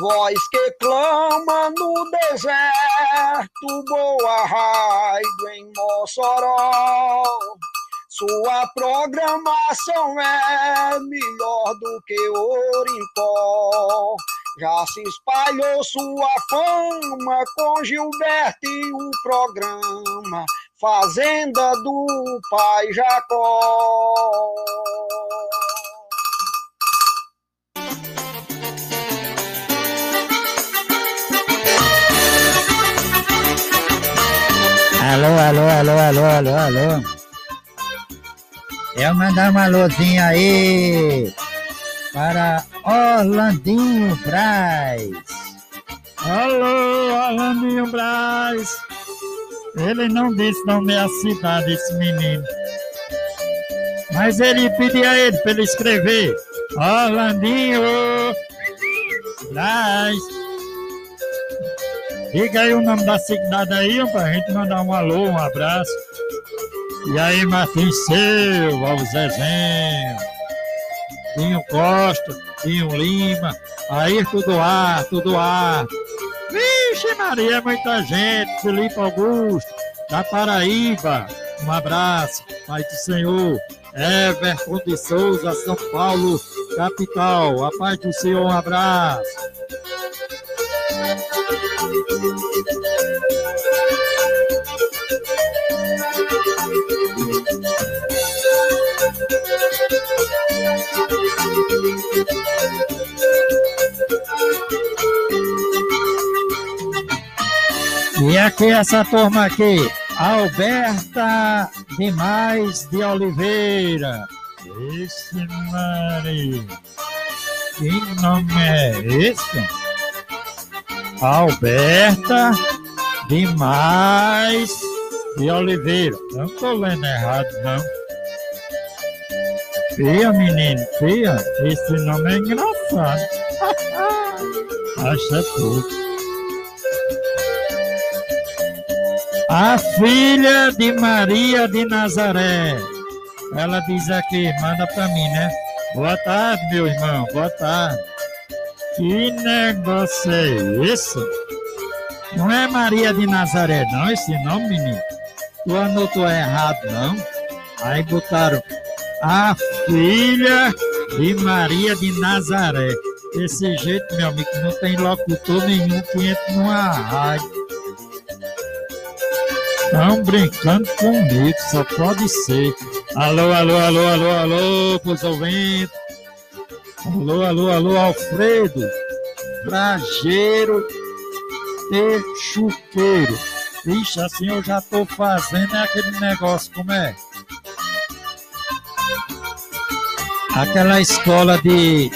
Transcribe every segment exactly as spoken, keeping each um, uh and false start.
voz que clama no deserto, boa raido em Mossoró. Sua programação é melhor do que ouro em pó. Já se espalhou sua fama com Gilberto e o programa Fazenda do Pai Jacó. Alô, alô, alô, alô, alô, alô. Eu mandar uma alôzinha aí para Orlandinho Braz. Alô, Orlandinho Braz. Ele não disse não é a cidade, esse menino. Mas ele pediu a ele para ele escrever Orlandinho Braz. Diga aí o nome da cidade aí, pra gente mandar um alô, um abraço. E aí, Martins Silva, o Zezinho, Dinho Costa, Dinho Lima, Ayrton Duarte, Duarte. Vixe Maria, muita gente, Felipe Augusto, da Paraíba, um abraço, Pai do Senhor, Everton de Souza, São Paulo, capital, a paz do Senhor, um abraço. E aqui essa turma aqui, Alberta Demais de Oliveira. Esse Maria, que nome é esse? Alberta Demais de Oliveira. Não estou lendo errado, não. Fia, menino, fia, esse nome é engraçado. Acha tudo. A filha de Maria de Nazaré. Ela diz aqui, manda pra mim, né? Boa tarde, meu irmão, boa tarde. Que negócio é esse? Não é Maria de Nazaré, não, esse nome, menino? Tu anotou errado, não? Aí botaram a filha de Maria de Nazaré. Desse jeito, meu amigo, não tem locutor nenhum que entre numa rádio. Estão brincando comigo, só pode ser. Alô, alô, alô, alô, alô, pros ouvintes. Alô, alô, alô, Alfredo. Brajeiro Texuqueiro. Ixi, assim eu já tô fazendo aquele negócio, como é? Aquela escola de...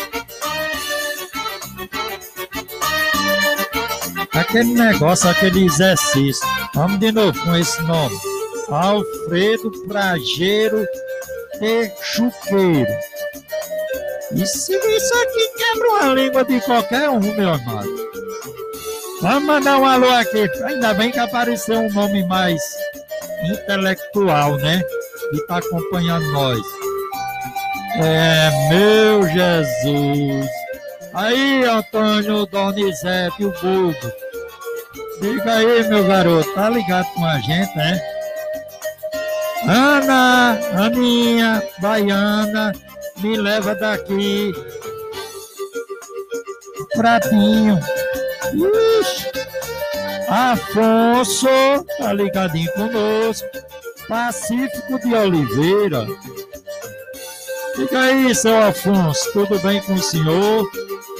Aquele negócio, aquele exercício. Vamos de novo com esse nome. Alfredo Prajeiro Texuqueiro. Isso, isso aqui quebra uma língua de qualquer um, meu amado. Vamos mandar um alô aqui. Ainda bem que apareceu um nome mais intelectual, né? Que tá acompanhando nós. É, meu Jesus. Aí, Antônio Donizete, o Bulbo. Diga aí, meu garoto, tá ligado com a gente, né? Ana, Aninha, Baiana, me leva daqui. Pratinho. Ixi. Afonso, tá ligadinho conosco. Pacífico de Oliveira. Diga aí, seu Afonso, tudo bem com o senhor?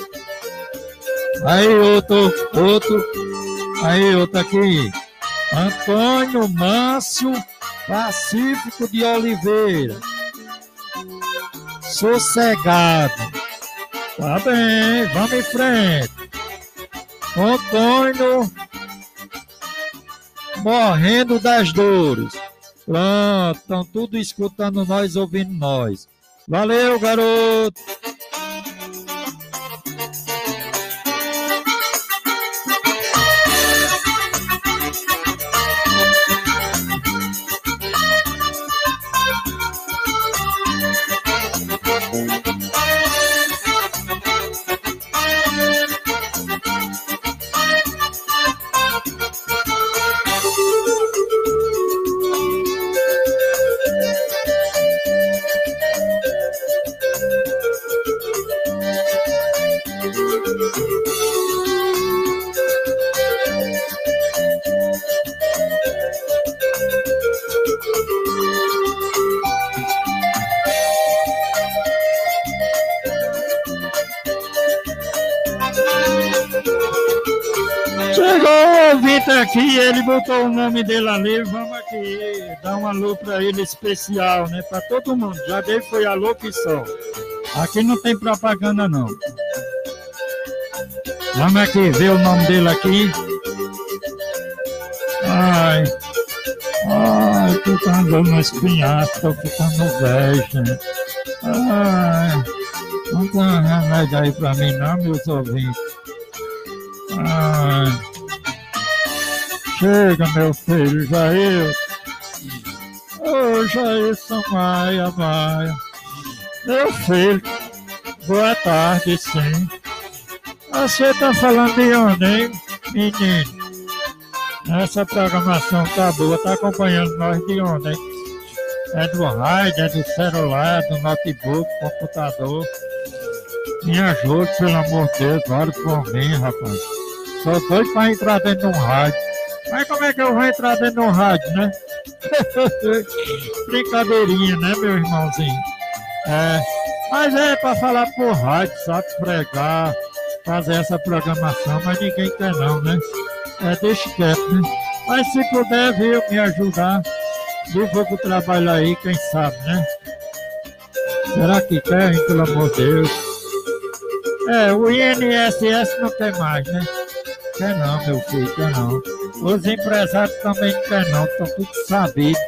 Aí, outro, outro. Aí, outro aqui. Antônio Mâncio Pacífico de Oliveira. Sossegado. Tá bem, vamos em frente. Antônio morrendo das dores. Pronto, estão tudo escutando nós, ouvindo nós. Valeu, garoto. Chegou o ouvinte aqui, ele botou o nome dele ali, vamos aqui dar um alô para ele especial, né? Para todo mundo, já dele foi alô que só. Aqui não tem propaganda não. Vamos aqui ver o nome dele aqui. Ai, ai, tô ficando no espinhaço, tô ficando velho, gente. Ai, não tem remédio aí pra mim não, meus ouvintes. Ai, chega, meu filho, Jair. Ô, Jair Maia, Maia. Meu filho, boa tarde, sim. Você tá falando de onde, hein, menino? Essa programação tá boa, tá acompanhando nós de onde, hein? É do rádio, é do celular, do notebook, computador. Me ajude, pelo amor de Deus, ore por mim, rapaz. Sou doido pra entrar dentro de um rádio. Mas como é que eu vou entrar dentro de um rádio, né? Brincadeirinha, né, meu irmãozinho? É, mas é pra falar por rádio, sabe? Pregar, fazer essa programação, mas ninguém quer não, né? É, deixa quieto, né? Mas se puder, viu, me ajudar, divulga o trabalho aí, quem sabe, né? Será que quer, hein, pelo amor de Deus? É, o I N S S não quer mais, né? Quer não, meu filho, quer não. Os empresários também não quer não, estão tudo sabidos.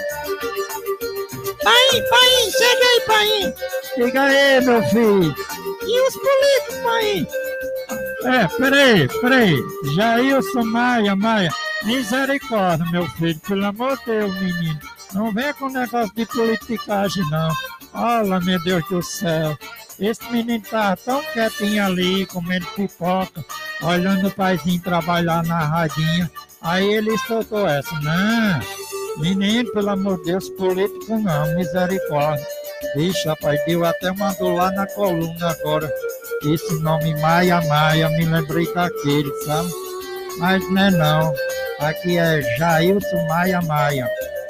Pai, pai, chega aí, pai. Diga aí, meu filho. E os políticos, pai? É, peraí, peraí. Jailson Maia, Maia. Misericórdia, meu filho. Pelo amor de Deus, menino. Não vem com negócio de politicagem, não. Olha, meu Deus do céu. Esse menino tá tão quietinho ali, comendo pipoca, olhando o paizinho trabalhar na radinha. Aí ele soltou essa. Não, menino, pelo amor de Deus, político não, misericórdia. Ixi, rapaz, deu até uma dor lá na coluna agora. Esse nome Maia Maia, me lembrei daquele, sabe? Mas não é não. Aqui é Jailson Maia Maia.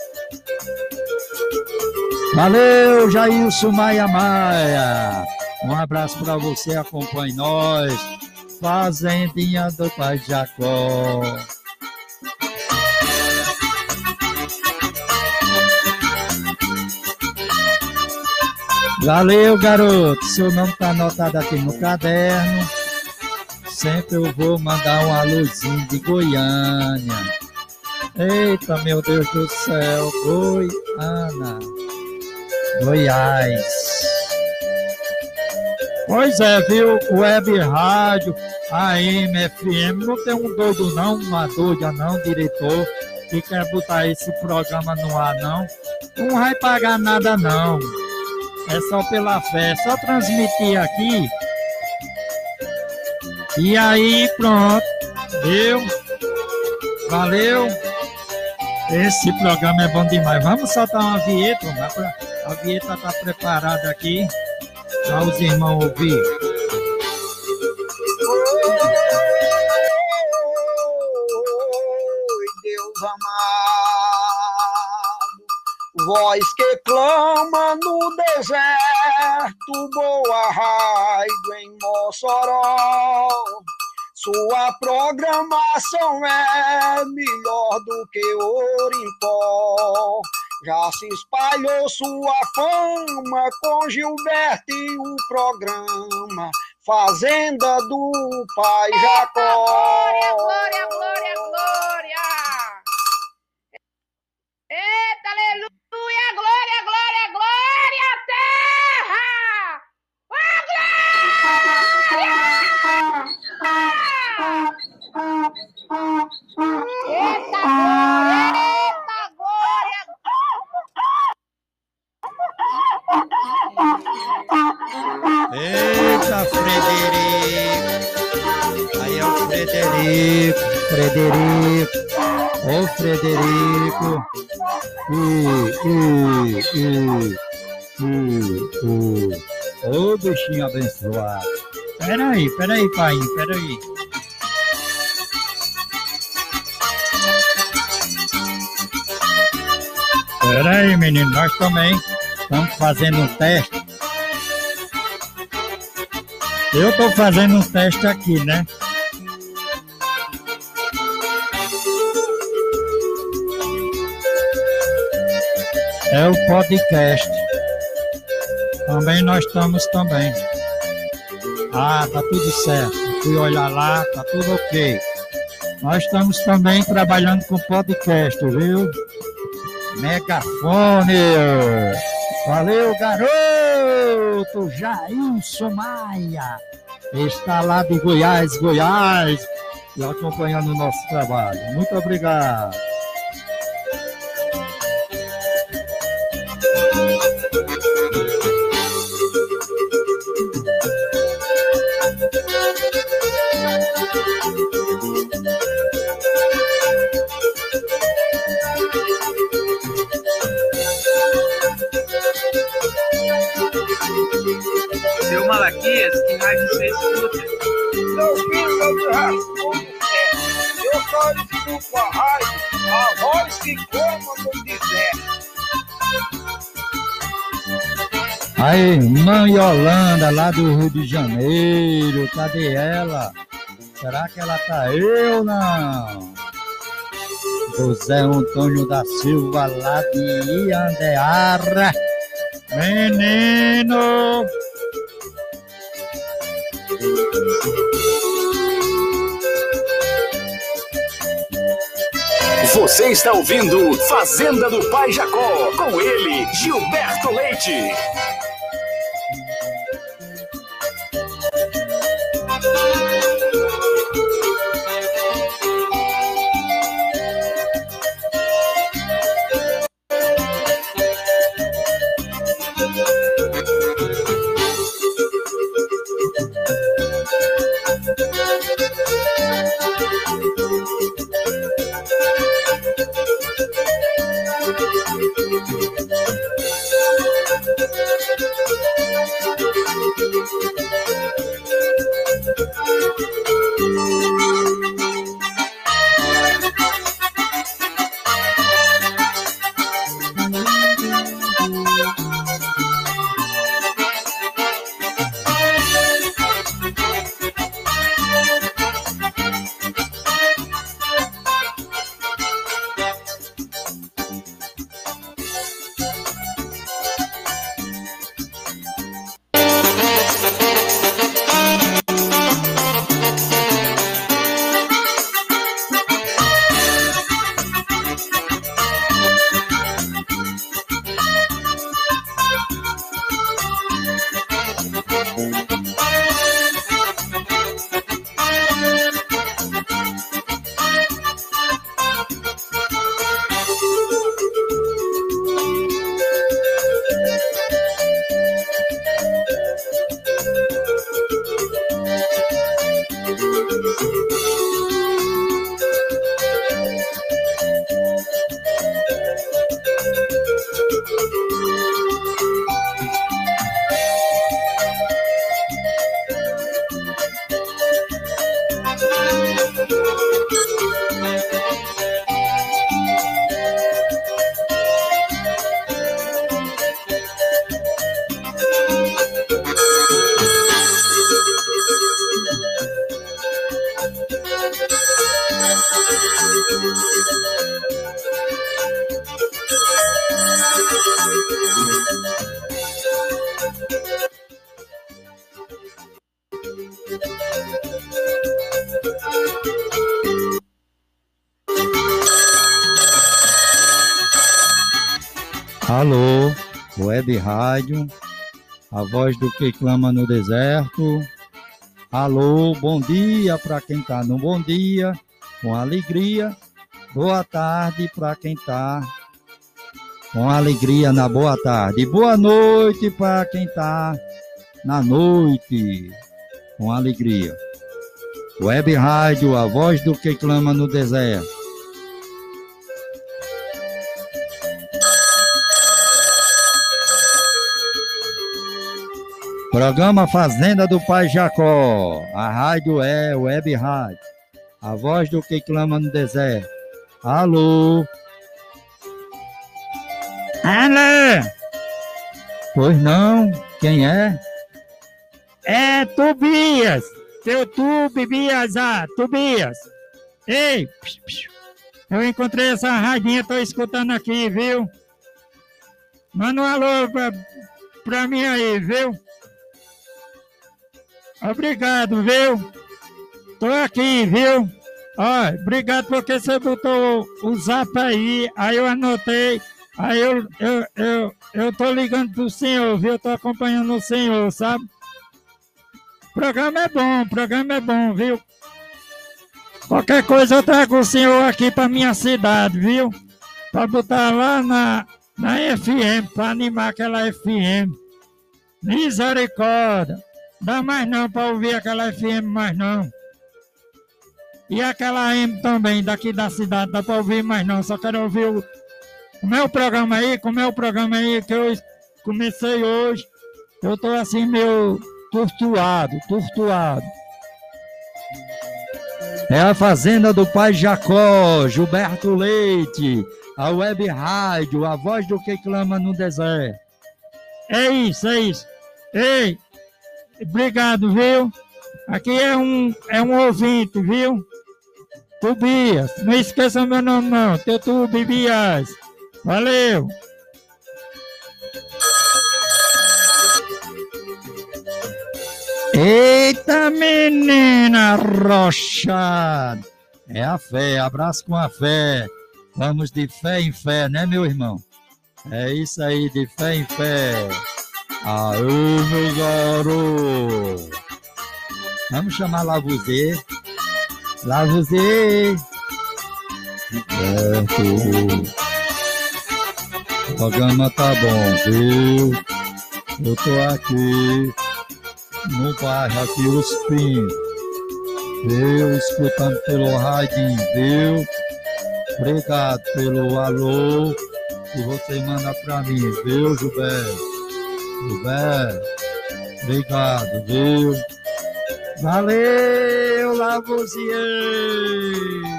Valeu, Jailson Maia Maia. Um abraço para você, acompanhe nós. Fazendinha do Pai Jacó. Valeu, garoto. Seu nome está anotado aqui no caderno. Sempre eu vou mandar um alôzinho de Goiânia. Eita, meu Deus do céu. Goiânia. Goiás. Pois é, viu? Web Rádio, A M, F M. Não tem um doido não, uma doida não, diretor, que quer botar esse programa no ar, não. Não vai pagar nada, não. É só pela fé, é só transmitir aqui. E aí, pronto. Viu? Valeu. Esse programa é bom demais. Vamos soltar uma vinheta, a vinheta está preparada aqui para os irmãos ouvir. Oi, Deus amado, voz que clama no deserto, boa raio em Mossoró. Sua programação é melhor do que ouro em pó. Já se espalhou sua fama com Gilberto e o programa Fazenda do Pai Jacó. Glória, glória, glória, glória. Eita, aleluia, glória, glória, glória, terra. Oh, glória! Eita, glória, eita, glória. Eita, Frederico! Aí é o Frederico, Frederico, ô Frederico, e, e, e, e, e, ô bichinho abençoado. Peraí, peraí, pai, peraí. Peraí, menino, nós também estamos fazendo um teste. Eu estou fazendo um teste aqui, né? É o podcast. Também nós estamos também. Ah, tá tudo certo. Fui olhar lá, tá tudo ok. Nós estamos também trabalhando com podcast, viu? Megafone. Valeu, garoto! Jailson Maia. Está lá de Goiás, Goiás, e acompanhando o nosso trabalho. Muito obrigado. Seu Malaquias, que rádio você escuta? Meu filho, eu te respondo certo. Eu só escuto a rádio, a voz que clama no deserto. A irmã Yolanda, lá do Rio de Janeiro, cadê ela? Será que ela tá aí ou não? José Antônio da Silva, lá de Iandeara. Menino! Você está ouvindo Fazenda do Pai Jacó, com ele, Gilberto Leite. Alô, Web Rádio, a voz do que clama no deserto. Alô, bom dia para quem está no bom dia, com alegria. Boa tarde para quem está com alegria na boa tarde. Boa noite para quem está na noite, com alegria. Web Rádio, a voz do que clama no deserto. Programa Fazenda do Pai Jacó. A rádio é Web Rádio. A voz do que clama no deserto. Alô? Alô? Pois não? Quem é? É Tobias. Teu tu, Bibias, ah, Tobias. Ei, psh, psh. Eu encontrei essa radinha, tô escutando aqui, viu? Manda um alô pra, pra mim aí, viu? Obrigado, viu? Tô aqui, viu? Ó, obrigado porque você botou o zap aí, aí eu anotei, aí eu, eu, eu, eu tô ligando pro senhor, viu? Eu tô acompanhando o senhor, sabe? O programa é bom, o programa é bom, viu? Qualquer coisa eu trago o senhor aqui pra minha cidade, viu? Pra botar lá na, na F M, pra animar aquela F M. Misericórdia! Dá mais não pra ouvir aquela F M mais não. E aquela A M também, daqui da cidade, dá pra ouvir mais não. Só quero ouvir o, o meu programa aí, como é o programa aí que eu comecei hoje. Eu tô assim meio tortuado, tortuado. É a Fazenda do Pai Jacó, Gilberto Leite, a Web Rádio, a voz do que clama no deserto. É isso, é isso. Ei, obrigado, viu? Aqui é um, é um ouvinte, viu? Tobias, não esqueça meu nome não, teu tu, Bibias. Valeu! Eita, menina rochada! É a fé, abraço com a fé. Vamos de fé em fé, né, meu irmão? É isso aí, de fé em fé. Aê, meu garoto! Vamos chamar Lavuzê. Lavuzê! Certo. O programa tá bom, viu? Eu tô aqui no bairro aqui, Os Pinhos, viu? Escutando pelo radinho, viu? Obrigado pelo alô que você manda pra mim, viu, Gilberto? Gilberto, obrigado, viu? Valeu, Lavoisier!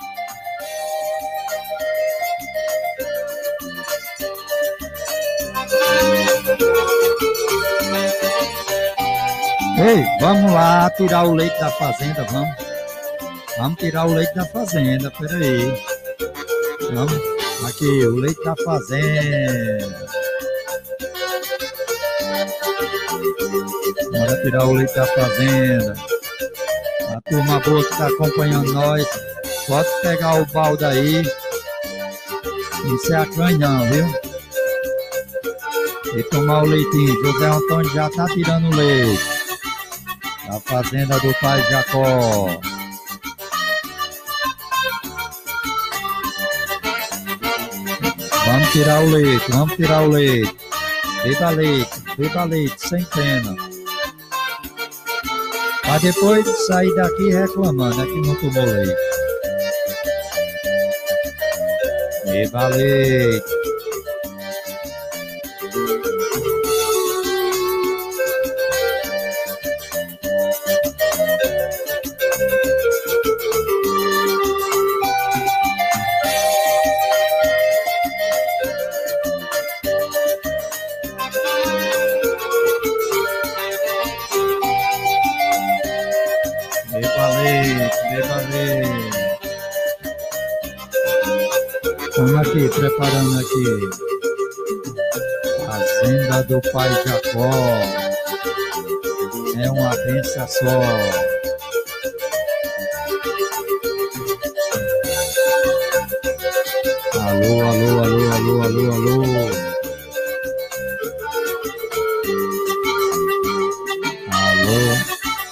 Ei, vamos lá tirar o leite da fazenda, vamos. Vamos tirar o leite da fazenda, peraí. Vamos, aqui, o leite da fazenda. Bora tirar o leite da fazenda. A turma boa que está acompanhando nós, pode pegar o balde aí. Isso é a canhão, viu? E tomar o leitinho. José Antônio já está tirando o leite da fazenda do Pai Jacó. Vamos tirar o leite, vamos tirar o leite. Beba leite, beba leite, sem pena. Para depois sair daqui reclamando, é que não tomou leite. Beba leite. Estamos aqui, preparando aqui. Fazenda do Pai Jacó. É uma benção só. Alô, alô, alô, alô, alô, alô. Alô.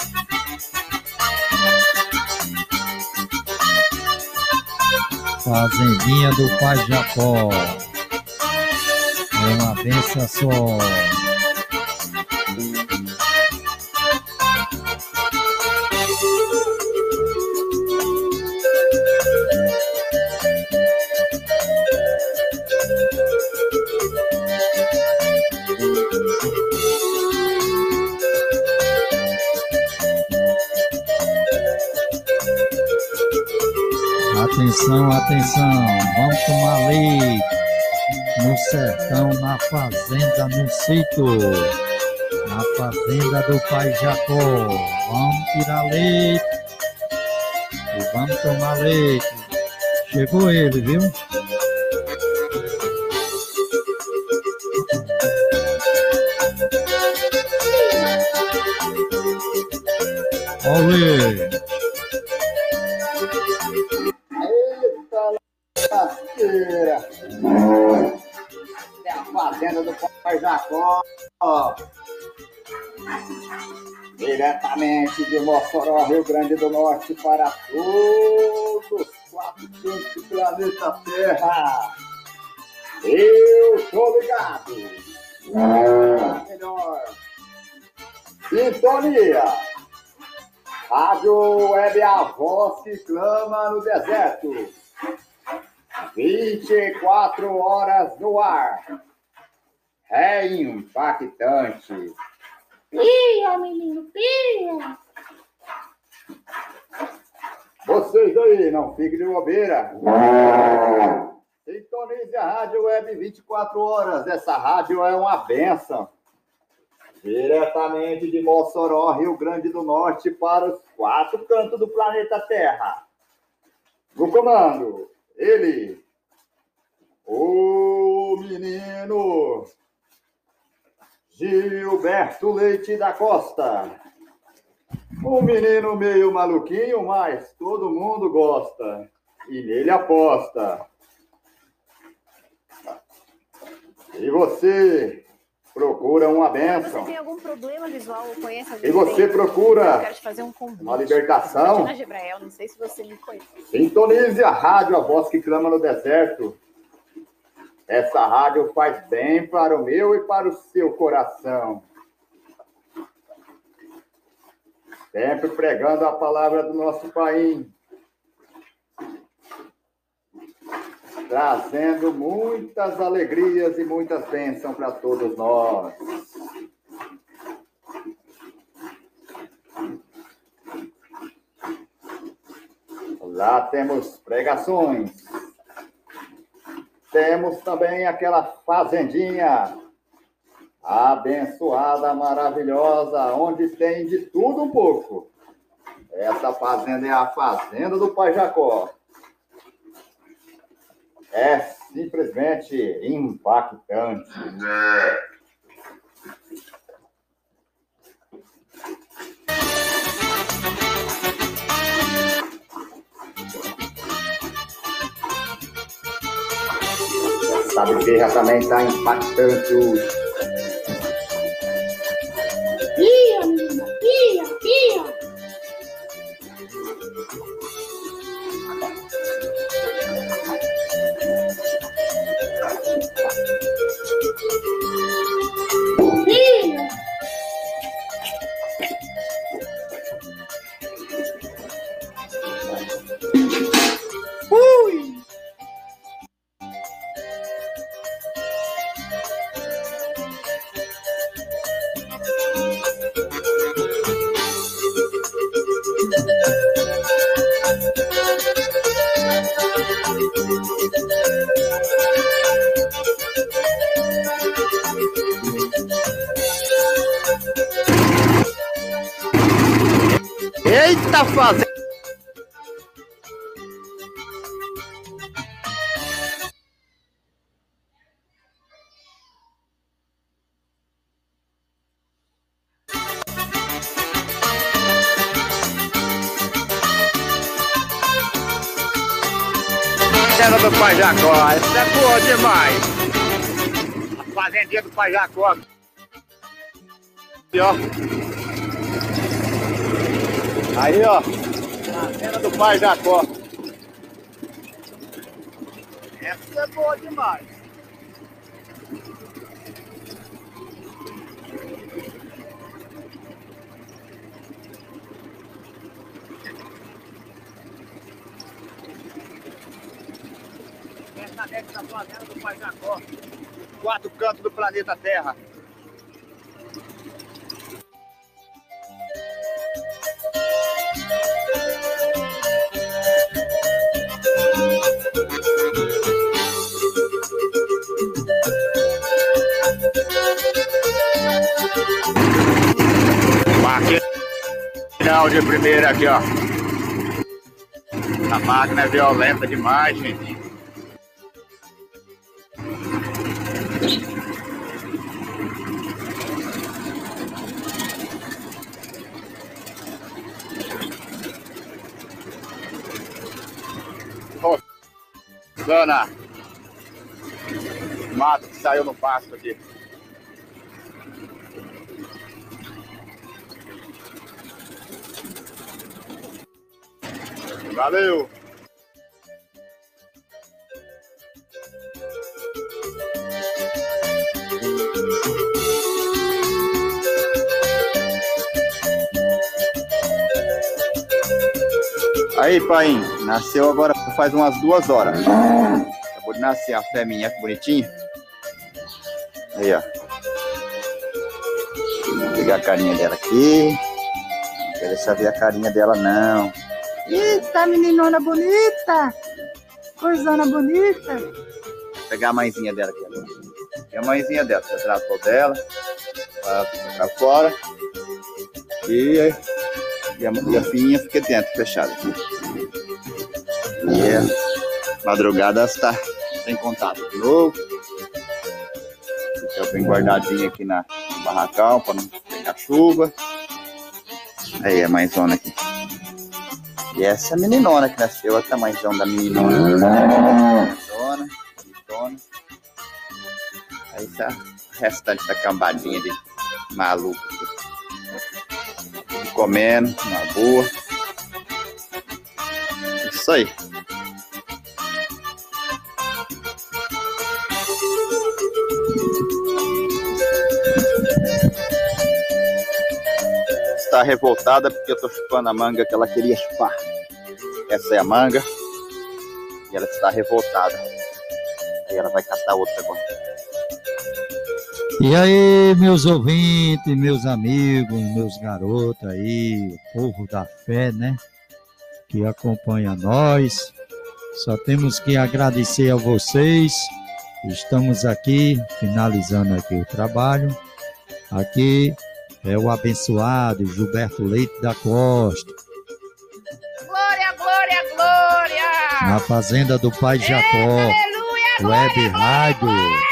Fazendinha do Pai Jacó. É uma benção só. Atenção, atenção, vamos tomar leite no sertão, na fazenda, no sítio, na fazenda do pai Jacó. Vamos tirar leite e vamos tomar leite. Chegou ele, viu? Olê! Lasqueira. É a fazenda do pai Jacó. Diretamente de Mossoró, Rio Grande do Norte, para todos os quatro cantos do planeta Terra. Eu tô ligado. Ah, melhor. Sintonia. Rádio Web A Voz que clama no deserto. vinte e quatro horas no ar. É impactante. Pia, menino, pia. Vocês aí, não fiquem de bobeira. Sintonize a Rádio Web vinte e quatro horas. Essa rádio é uma bênção. Diretamente de Mossoró, Rio Grande do Norte, para os quatro cantos do planeta Terra. No comando, ele, o menino Gilberto Leite da Costa. Um menino meio maluquinho, mas todo mundo gosta e nele aposta. E você procura uma bênção. Você tem algum problema visual ou conhece alguém? E você procura Eu quero te fazer um convite. uma libertação? Na Gebrael, não sei se você me conhece. Sintonize a rádio A Voz que clama no deserto. Essa rádio faz bem para o meu e para o seu coração. Sempre pregando a palavra do nosso país. Trazendo muitas alegrias e muitas bênçãos para todos nós. Lá temos pregações. Temos também aquela fazendinha abençoada, maravilhosa, onde tem de tudo um pouco. Essa fazenda é a fazenda do pai Jacó. É simplesmente impactante. Sabe que já também está impactante hoje. Pia, menina, pia, pia. Pia. Ui! Eita, fazenda! Fazenda do pai Jacó, isso é boa demais. A fazendinha do pai Jacó. Aqui, ó. Aí, ó. Fazenda do pai Jacó. Essa é boa demais. Essa é a fazenda do pai Jacó. Quatro cantos do planeta Terra. Não, de primeira aqui, ó. A máquina é violenta demais, gente. Rosana. Mato que saiu no pasto aqui. Valeu! Aí, pai, nasceu agora faz umas duas horas. Acabou de nascer a fêmea, que bonitinha. Aí, ó. Vou pegar a carinha dela aqui. Não quero deixar ver a carinha dela, não. Eita, meninona bonita! Coisona bonita! Vou pegar a mãezinha dela aqui agora. E a mãezinha dela, você tratou dela. Vai pra fora. E, e, a, e a filhinha fica dentro, fechada. E a madrugada está sem contato de novo. Fica bem guardadinha aqui na, no barracão para não pegar chuva. Aí a mãezona aqui. E essa é a meninona que nasceu, olha o tamanhozão da meninona. Meninona, bonitona. Aí tá o restante da cambadinha de maluco aqui. Comendo, na boa. Isso aí. Está revoltada porque eu tô chupando a manga que ela queria chupar. Essa é a manga. E ela está revoltada. Aí ela vai catar outra agora. E aí, meus ouvintes, meus amigos, meus garotos aí, o povo da fé, né? Que acompanha nós. Só temos que agradecer a vocês. Estamos aqui, finalizando aqui o trabalho. Aqui é o abençoado Gilberto Leite da Costa. Glória, glória, glória! Na fazenda do Pai Jacó. Web Rádio.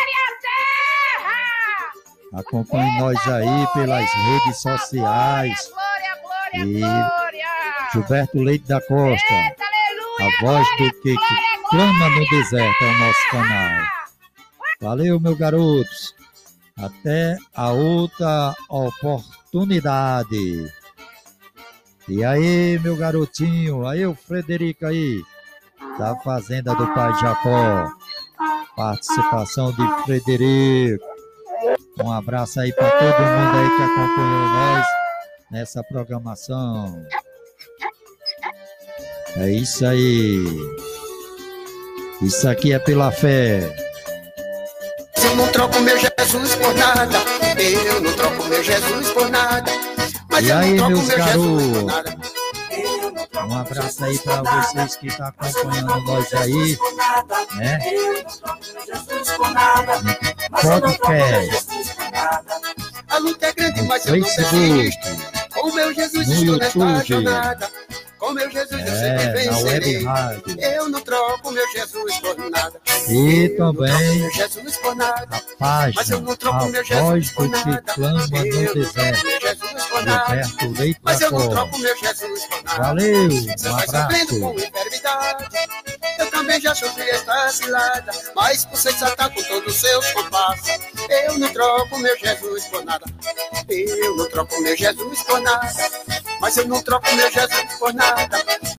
Acompanhe nós aí pelas redes sociais. E Gilberto Leite da Costa, a voz do que, que clama no deserto, é o nosso canal. Valeu, meus garotos. Até a outra oportunidade. E aí, meu garotinho, aí o Frederico aí, da Fazenda do Pai Jacó. Participação de Frederico. Um abraço aí para todo mundo aí que acompanhou nós nessa programação. É isso aí. Isso aqui é pela fé. Eu não troco meu Jesus por nada. Eu não troco meu Jesus por nada. Mas e eu aí, não troco meus meu garotos? Jesus por nada. Um abraço aí para vocês que estão acompanhando nós aí, né? Podcast, A luta é grande, no mas eu não Facebook, desisto. Com meu Jesus no estou nesta YouTube, jornada. Com meu Jesus eu sempre é, na Web vencerei. Rádio. Eu não troco meu Jesus por nada. E Eu não troco também meu Jesus por nada. a Mas eu página não troco meu A Jesus Voz por do que nada. clama no Eu não troco deserto. meu Jesus por nada. Gilberto Leite Mas da eu não Costa. troco meu Jesus por nada. Valeu, Você um vai sofrendo com abraço. enfermidade. Eu também já sofri esta cilada. Mas você já tá com todos os seus compassos. Eu não troco meu Jesus por nada. Eu não troco meu Jesus por nada. Mas eu não troco meu Jesus por nada.